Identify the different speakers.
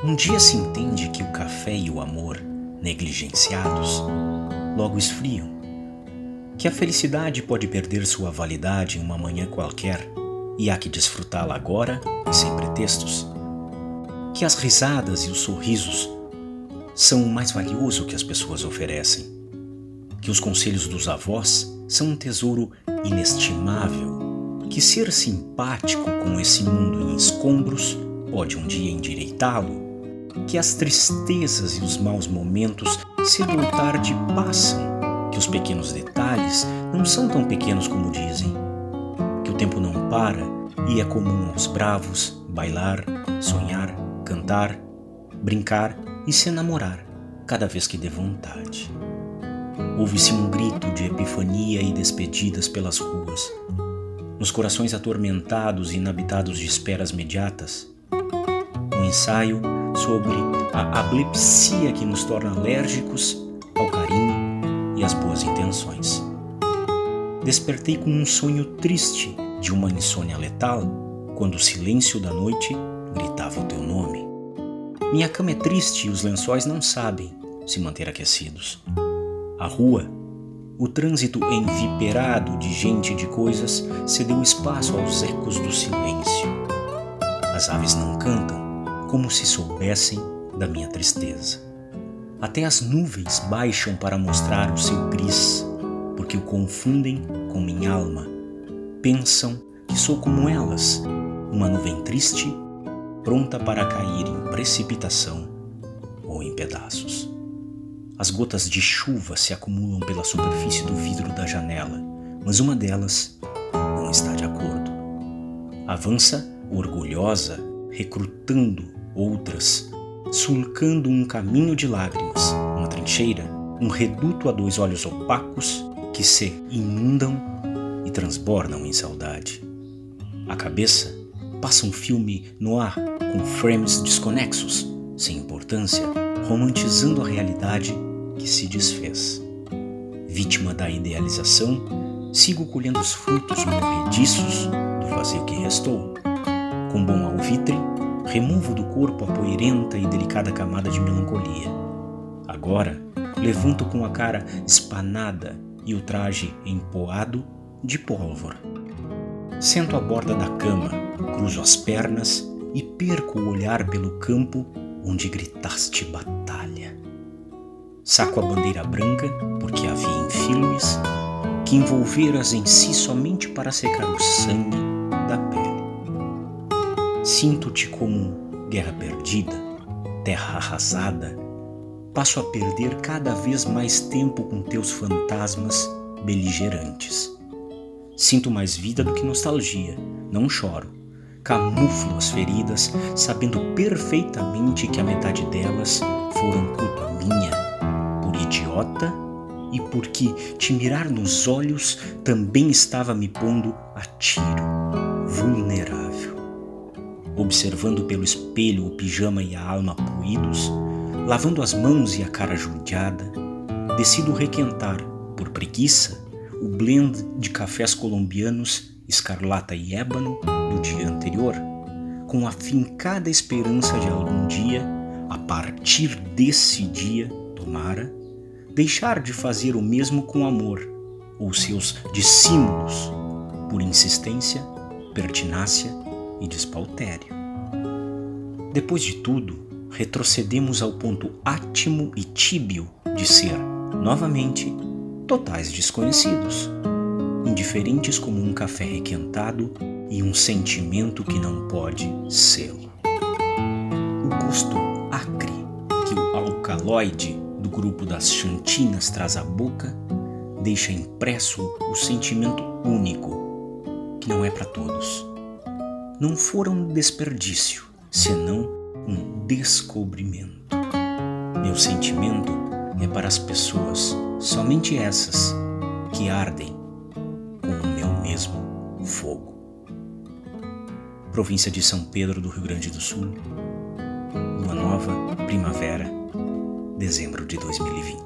Speaker 1: Um dia se entende que o café e o amor, negligenciados, logo esfriam, que a felicidade pode perder sua validade em uma manhã qualquer e há que desfrutá-la agora e sem pretextos, que as risadas e os sorrisos são o mais valioso que as pessoas oferecem, que os conselhos dos avós são um tesouro inestimável, que ser simpático com esse mundo em escombros pode um dia endireitá-lo, que as tristezas e os maus momentos cedo ou tarde passam, que os pequenos detalhes não são tão pequenos como dizem, que o tempo não para e é comum aos bravos bailar, sonhar, cantar, brincar e se namorar cada vez que dê vontade. Ouve-se um grito de epifania e despedidas pelas ruas, nos corações atormentados e inabitados de esperas mediatas, um ensaio sobre a ablepsia que nos torna alérgicos ao carinho e às boas intenções. Despertei com um sonho triste de uma insônia letal, quando o silêncio da noite gritava o teu nome. Minha cama é triste e os lençóis não sabem se manter aquecidos. A rua, o trânsito enviperado de gente e de coisas, cedeu espaço aos ecos do silêncio. As aves não cantam, como se soubessem da minha tristeza. Até as nuvens baixam para mostrar o seu gris, porque o confundem com minha alma. Pensam que sou como elas, uma nuvem triste, pronta para cair em precipitação ou em pedaços. As gotas de chuva se acumulam pela superfície do vidro da janela, mas uma delas não está de acordo. Avança orgulhosa, recrutando outras, sulcando um caminho de lágrimas, uma trincheira, um reduto a dois olhos opacos que se inundam e transbordam em saudade. A cabeça passa um filme no ar com frames desconexos, sem importância, romantizando a realidade que se desfez. Vítima da idealização, sigo colhendo os frutos morrediços do vazio que restou. Com bom alvitre, removo do corpo a poeirenta e delicada camada de melancolia. Agora, levanto com a cara espanada e o traje empoado de pólvora. Sento à borda da cama, cruzo as pernas e perco o olhar pelo campo onde gritaste batalha. Saco a bandeira branca, porque havia em filmes, que envolveras em si somente para secar o sangue da pele. Sinto-te como guerra perdida, terra arrasada. Passo a perder cada vez mais tempo com teus fantasmas beligerantes. Sinto mais vida do que nostalgia, não choro. Camuflo as feridas, sabendo perfeitamente que a metade delas foram culpa minha, por idiota e porque te mirar nos olhos também estava me pondo a tiro, vulnerável. Observando pelo espelho o pijama e a alma poídos, lavando as mãos e a cara judiada, decido requentar, por preguiça, o blend de cafés colombianos, escarlata e ébano do dia anterior, com a fincada esperança de algum dia, a partir desse dia, tomara, deixar de fazer o mesmo com amor, ou seus dissímulos, por insistência, pertinácia e despautério. Depois de tudo, retrocedemos ao ponto átimo e tíbio de ser, novamente, totais desconhecidos, indiferentes como um café requentado e um sentimento que não pode sê-lo. O gosto acre que o alcaloide do grupo das xantinas traz à boca deixa impresso o sentimento único, que não é para todos. Não fora um desperdício, senão um descobrimento. Meu sentimento é para as pessoas, somente essas, que ardem com o meu mesmo fogo. Província de São Pedro do Rio Grande do Sul, Lua Nova, Primavera, dezembro de 2020.